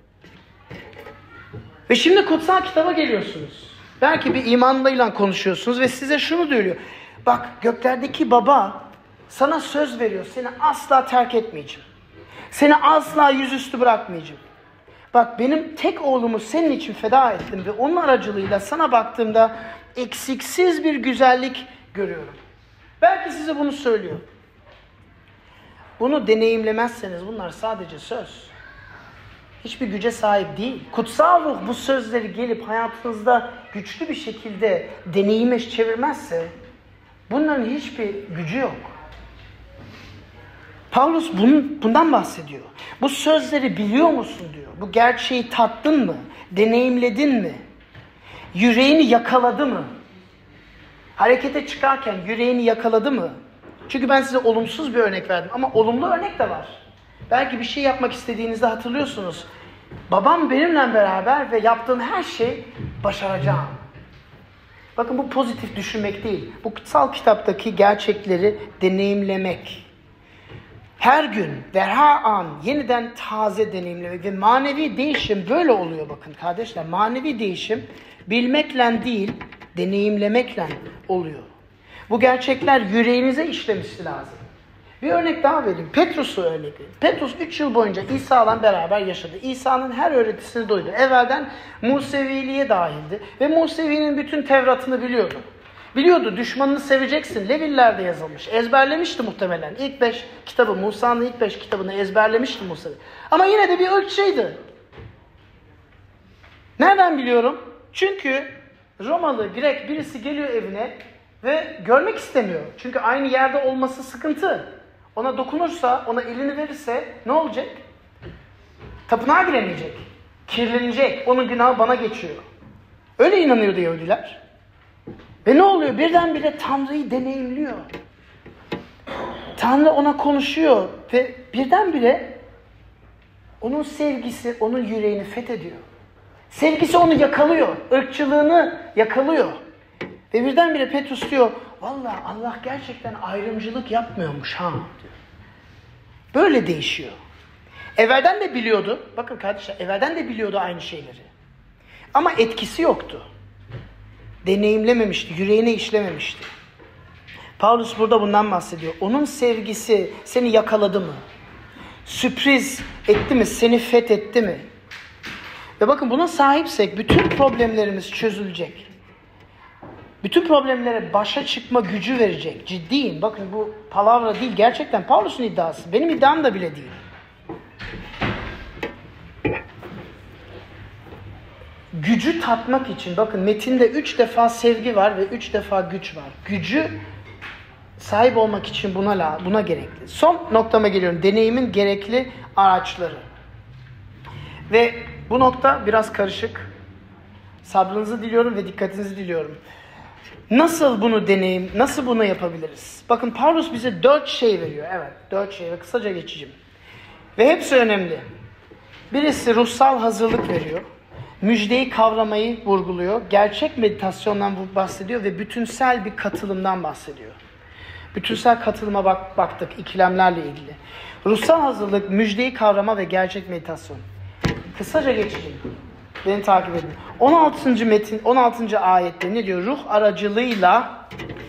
Speaker 1: Ve şimdi kutsal kitaba geliyorsunuz. Belki bir imanlıyla konuşuyorsunuz ve size şunu diyor. Bak göklerdeki baba sana söz veriyor. Seni asla terk etmeyeceğim. Seni asla yüzüstü bırakmayacağım. Bak benim tek oğlumu senin için feda ettim ve onun aracılığıyla sana baktığımda eksiksiz bir güzellik görüyorum. Belki size bunu söylüyor. Bunu deneyimlemezseniz bunlar sadece söz. Hiçbir güce sahip değil. Kutsal ruh bu sözleri gelip hayatınızda güçlü bir şekilde deneyime çevirmezse bunların hiçbir gücü yok. Paulus bunun, bundan bahsediyor. Bu sözleri biliyor musun diyor. Bu gerçeği tattın mı? Deneyimledin mi? Yüreğini yakaladı mı? Harekete çıkarken yüreğini yakaladı mı? Çünkü ben size olumsuz bir örnek verdim ama olumlu örnek de var. Belki bir şey yapmak istediğinizde hatırlıyorsunuz. Babam benimle beraber ve yaptığım her şey başaracağım. Bakın bu pozitif düşünmek değil. Bu kutsal kitaptaki gerçekleri deneyimlemek. Her gün ve her an yeniden taze deneyimlemek ve manevi değişim böyle oluyor bakın kardeşler. Manevi değişim bilmekle değil, deneyimlemekle oluyor. Bu gerçekler yüreğinize işlemesi lazım. Bir örnek daha vereyim. Petrus'u örnek vereyim. Petrus üç yıl boyunca İsa'yla beraber yaşadı. İsa'nın her öğretisini duydu. Evvelden Museviliğe dahildi. Ve Musevi'nin bütün Tevrat'ını biliyordu. Biliyordu düşmanını seveceksin. Levillerde yazılmış. Ezberlemişti muhtemelen. İlk beş kitabı, Musa'nın ilk beş kitabını ezberlemişti Musevi. Ama yine de bir ırkçıydı. Nereden biliyorum? Çünkü Romalı, Grek birisi geliyor evine ve görmek istemiyor. Çünkü aynı yerde olması sıkıntı. Ona dokunursa, ona elini verirse ne olacak? Tapınağa giremeyecek. Kirlenecek. Onun günahı bana geçiyor. Öyle inanıyordu Yahudiler. Ve ne oluyor? Birdenbire Tanrı'yı deneyimliyor. Tanrı ona konuşuyor ve birdenbire onun sevgisi onun yüreğini fethediyor. Sevgisi onu yakalıyor. Irkçılığını yakalıyor. Ve birdenbire Petrus diyor, vallahi Allah gerçekten ayrımcılık yapmıyormuş ha diyor. Böyle değişiyor. Evvelden de biliyordu. Bakın kardeşler, evvelden de biliyordu aynı şeyleri. Ama etkisi yoktu. Deneyimlememişti, yüreğine işlememişti. Paulus burada bundan bahsediyor. Onun sevgisi seni yakaladı mı? Sürpriz etti mi? Seni fethetti mi? Ve bakın buna sahipsek bütün problemlerimiz çözülecek. Bütün problemlere başa çıkma gücü verecek. Ciddiyim. Bakın bu palavra değil. Gerçekten Paulus'un iddiası. Benim iddiam da bile değil. Gücü tatmak için bakın metinde üç defa sevgi var ve üç defa güç var. Gücü sahip olmak için buna buna gerekli. Son noktama geliyorum. Deneyimin gerekli araçları. Ve bu nokta biraz karışık. Sabrınızı diliyorum ve dikkatinizi diliyorum. Nasıl bunu deneyim, nasıl bunu yapabiliriz? Bakın Paulus bize dört şey veriyor. Evet, dört şey ve kısaca geçeceğim. Ve hepsi önemli. Birisi ruhsal hazırlık veriyor. Müjdeyi kavramayı vurguluyor. Gerçek meditasyondan bahsediyor ve bütünsel bir katılımdan bahsediyor. Bütünsel katılıma bak, baktık ikilemlerle ilgili. Ruhsal hazırlık, müjdeyi kavrama ve gerçek meditasyon. Kısaca geçeceğim. Beni takip edin. on altıncı metin, on altıncı ayette ne diyor? Ruh aracılığıyla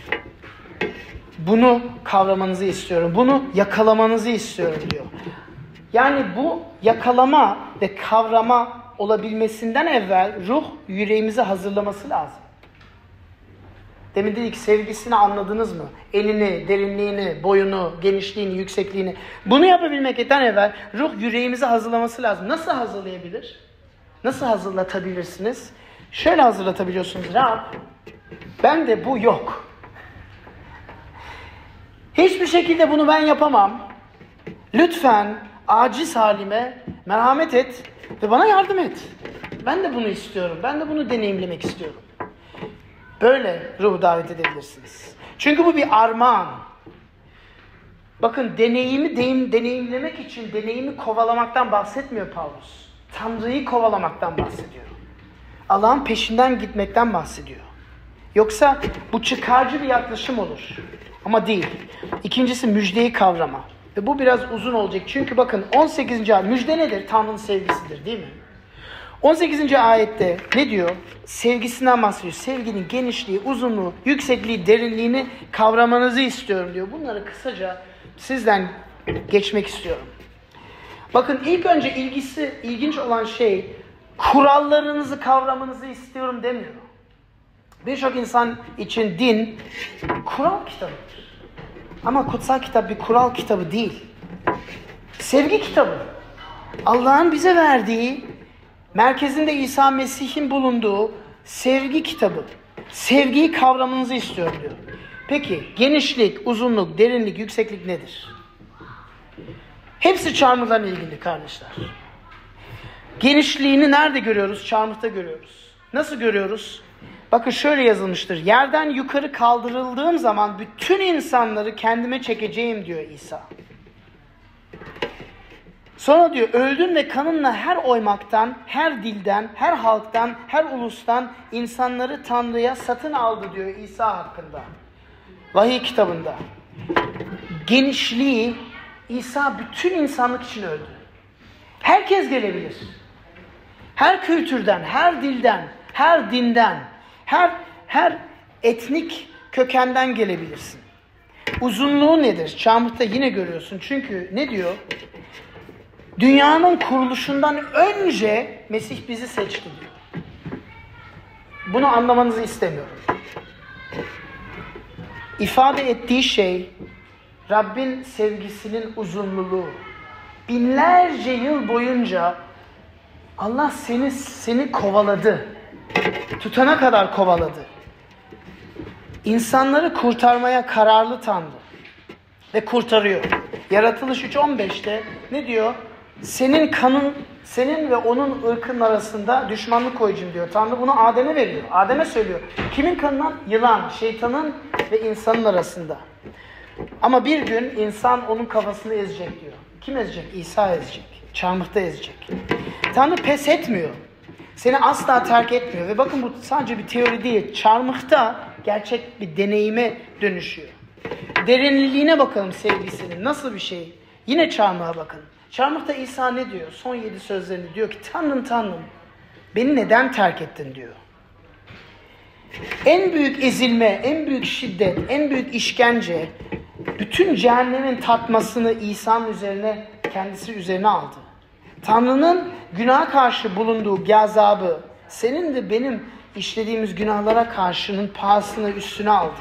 Speaker 1: bunu kavramanızı istiyorum. Bunu yakalamanızı istiyorum diyor. Yani bu yakalama ve kavrama olabilmesinden evvel ruh yüreğimizi hazırlaması lazım. Demin dedik sevgisini anladınız mı? Enini, derinliğini, boyunu, genişliğini, yüksekliğini. Bunu yapabilmekten evvel ruh yüreğimizi hazırlaması lazım. Nasıl hazırlayabilir? Nasıl hazırlatabilirsiniz? Şöyle hazırlatabiliyorsunuz. Rab, bende bu yok. Hiçbir şekilde bunu ben yapamam. Lütfen aciz halime merhamet et ve bana yardım et. Ben de bunu istiyorum. Ben de bunu deneyimlemek istiyorum. Böyle ruhu davet edebilirsiniz. Çünkü bu bir armağan. Bakın deneyimi deyim, deneyimlemek için deneyimi kovalamaktan bahsetmiyor Paulus. Tanrı'yı kovalamaktan bahsediyor. Allah'ın peşinden gitmekten bahsediyor. Yoksa bu çıkarcı bir yaklaşım olur. Ama değil. İkincisi müjdeyi kavrama. Ve bu biraz uzun olacak. Çünkü bakın on sekizinci ayet müjde nedir? Tanrı'nın sevgisidir değil mi? on sekizinci ayette ne diyor? Sevgisinden bahsediyor. Sevginin genişliği, uzunluğu, yüksekliği, derinliğini kavramanızı istiyorum diyor. Bunları kısaca sizden geçmek istiyorum. Bakın ilk önce ilgisi, ilginç olan şey kurallarınızı kavramanızı istiyorum demiyor. Birçok insan için din kural kitabıdır. Ama kutsal kitap bir kural kitabı değil. Sevgi kitabı. Allah'ın bize verdiği, merkezinde İsa Mesih'in bulunduğu sevgi kitabı. Sevgiyi kavramanızı istiyorum diyor. Peki genişlik, uzunluk, derinlik, yükseklik nedir? Hepsi çarmıhlarla ilgili kardeşler. Genişliğini nerede görüyoruz? Çarmıhta görüyoruz. Nasıl görüyoruz? Bakın şöyle yazılmıştır. Yerden yukarı kaldırıldığım zaman bütün insanları kendime çekeceğim diyor İsa. Sonra diyor öldün ve kanınla her oymaktan, her dilden, her halktan, her ulustan insanları Tanrı'ya satın aldı diyor İsa hakkında. Vahiy kitabında. Genişliği İsa bütün insanlık için öldü. Herkes gelebilir. Her kültürden, her dilden, her dinden, her her etnik kökenden gelebilirsin. Uzunluğu nedir? Çarmıhta yine görüyorsun. Çünkü ne diyor? Dünyanın kuruluşundan önce Mesih bizi seçti diyor. Bunu anlamanızı istemiyorum. İfade ettiği şey Rabbin sevgisinin uzunluğu. Binlerce yıl boyunca Allah seni seni kovaladı. Tutana kadar kovaladı. İnsanları kurtarmaya kararlı Tanrı. Ve kurtarıyor. Yaratılış üç on beşte ne diyor? Senin kanın, senin ve onun ırkın arasında düşmanlık koyacağım diyor. Tanrı bunu Adem'e veriyor. Adem'e söylüyor. Kimin kanından? Yılan, şeytanın ve insanın arasında. Ama bir gün insan onun kafasını ezecek diyor. Kim ezecek? İsa ezecek. Çarmıhta ezecek. Tanrı pes etmiyor. Seni asla terk etmiyor. Ve bakın bu sadece bir teori değil. Çarmıhta gerçek bir deneyime dönüşüyor. Derinliğine bakalım sevgisinin. Nasıl bir şey? Yine çarmıha bakın. Çarmıhta İsa ne diyor? Son yedi sözlerini diyor ki Tanrım Tanrım beni neden terk ettin diyor. En büyük ezilme, en büyük şiddet, en büyük işkence, bütün cehennemin tatmasını İsa'nın üzerine, kendisi üzerine aldı. Tanrı'nın günaha karşı bulunduğu gazabı, senin de benim işlediğimiz günahlara karşının pahasını üstüne aldı.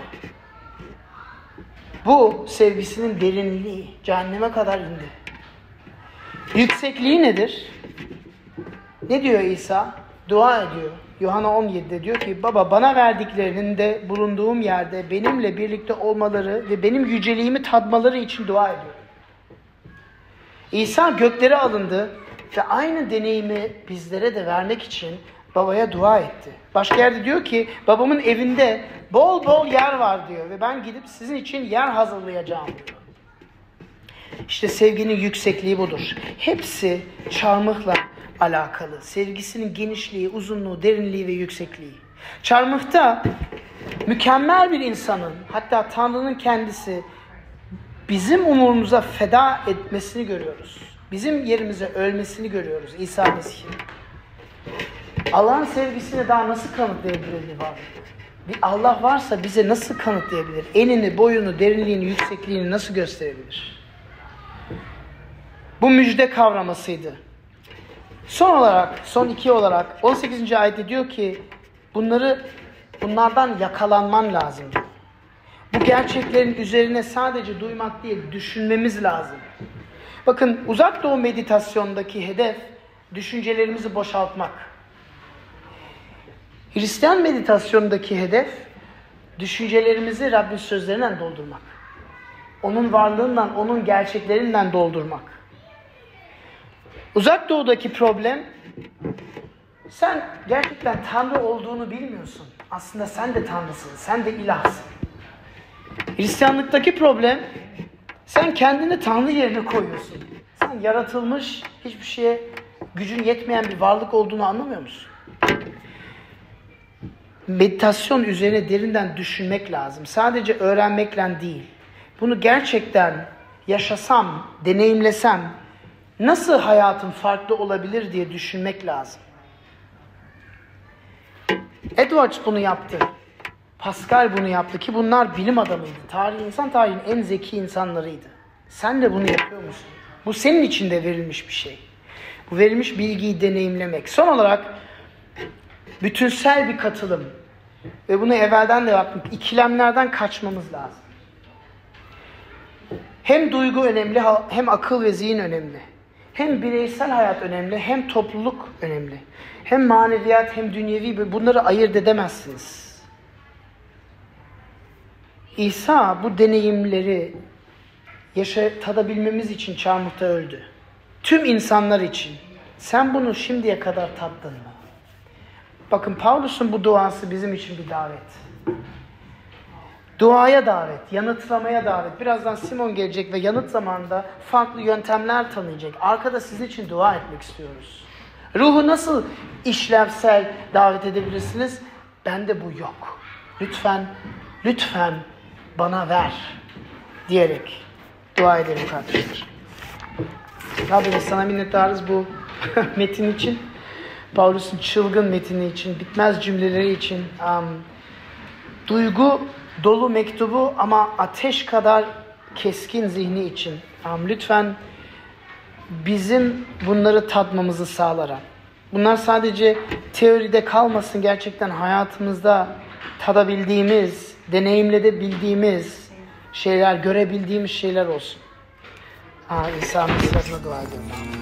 Speaker 1: Bu sevgisinin derinliği, cehenneme kadar indi. Yüksekliği nedir? Ne diyor İsa? Dua ediyor. Yuhanna on yedide diyor ki baba bana verdiklerinin de bulunduğum yerde benimle birlikte olmaları ve benim yüceliğimi tadmaları için dua ediyor. İsa göklere alındı ve aynı deneyimi bizlere de vermek için babaya dua etti. Başka yerde diyor ki babamın evinde bol bol yer var diyor ve ben gidip sizin için yer hazırlayacağım diyor. İşte sevginin yüksekliği budur. Hepsi çarmıhla alakalı. Sevgisinin genişliği, uzunluğu, derinliği ve yüksekliği. Çarmıhta mükemmel bir insanın, hatta Tanrı'nın kendisi bizim umurumuza feda etmesini görüyoruz. Bizim yerimize ölmesini görüyoruz İsa Mesih'in. Allah'ın sevgisini daha nasıl kanıtlayabilir bir varlık? Bir Allah varsa bize nasıl kanıtlayabilir? Enini, boyunu, derinliğini, yüksekliğini nasıl gösterebilir? Bu müjde kavramasıydı. Son olarak, son iki olarak on sekizinci ayette diyor ki bunları, bunlardan yakalanman lazım diyor. Bu gerçeklerin üzerine sadece duymak değil, düşünmemiz lazım. Bakın Uzak Doğu meditasyondaki hedef düşüncelerimizi boşaltmak. Hristiyan meditasyondaki hedef düşüncelerimizi Rabbin sözlerinden doldurmak. Onun varlığından, onun gerçeklerinden doldurmak. Uzak Doğu'daki problem, sen gerçekten Tanrı olduğunu bilmiyorsun. Aslında sen de Tanrısın, sen de ilahsın. Hristiyanlıktaki problem, sen kendini Tanrı yerine koyuyorsun. Sen yaratılmış, hiçbir şeye gücün yetmeyen bir varlık olduğunu anlamıyor musun? Meditasyon üzerine derinden düşünmek lazım. Sadece öğrenmekle değil. Bunu gerçekten yaşasam, deneyimlesem nasıl hayatım farklı olabilir diye düşünmek lazım. Edwards bunu yaptı. Pascal bunu yaptı ki bunlar bilim adamıydı. Tarih, insan tarihinin en zeki insanlarıydı. Sen de bunu yapıyor musun? Bu senin için de verilmiş bir şey. Bu verilmiş bilgiyi deneyimlemek. Son olarak bütünsel bir katılım. Ve bunu evvelden de yaptık. İkilemlerden kaçmamız lazım. Hem duygu önemli, hem akıl ve zihin önemli. Hem bireysel hayat önemli, hem topluluk önemli. Hem maneviyat, hem dünyevi, bunları ayırt edemezsiniz. İsa bu deneyimleri yaşa, tadabilmemiz için çarmıhta öldü. Tüm insanlar için. Sen bunu şimdiye kadar tattın mı? Bakın Paulus'un bu duası bizim için bir davet. Duaya davet, yanıtlamaya davet. Birazdan Simon gelecek ve yanıt zamanında farklı yöntemler tanıyacak. Arkada sizin için dua etmek istiyoruz. Ruhu nasıl işlevsel davet edebilirsiniz? Bende bu yok. Lütfen, lütfen bana ver diyerek dua edelim kardeşler. Rabbimiz sana minnettarız bu metin için. Paulus'un çılgın metini için, bitmez cümleleri için, um, duygu dolu mektubu ama ateş kadar keskin zihni için. Um, lütfen bizim bunları tadmamızı sağlarak. Bunlar sadece teoride kalmasın, gerçekten hayatımızda tadabildiğimiz, deneyimledebildiğimiz şeyler, görebildiğimiz şeyler olsun. Aa, İsa'nın sırasına dua ediyorum.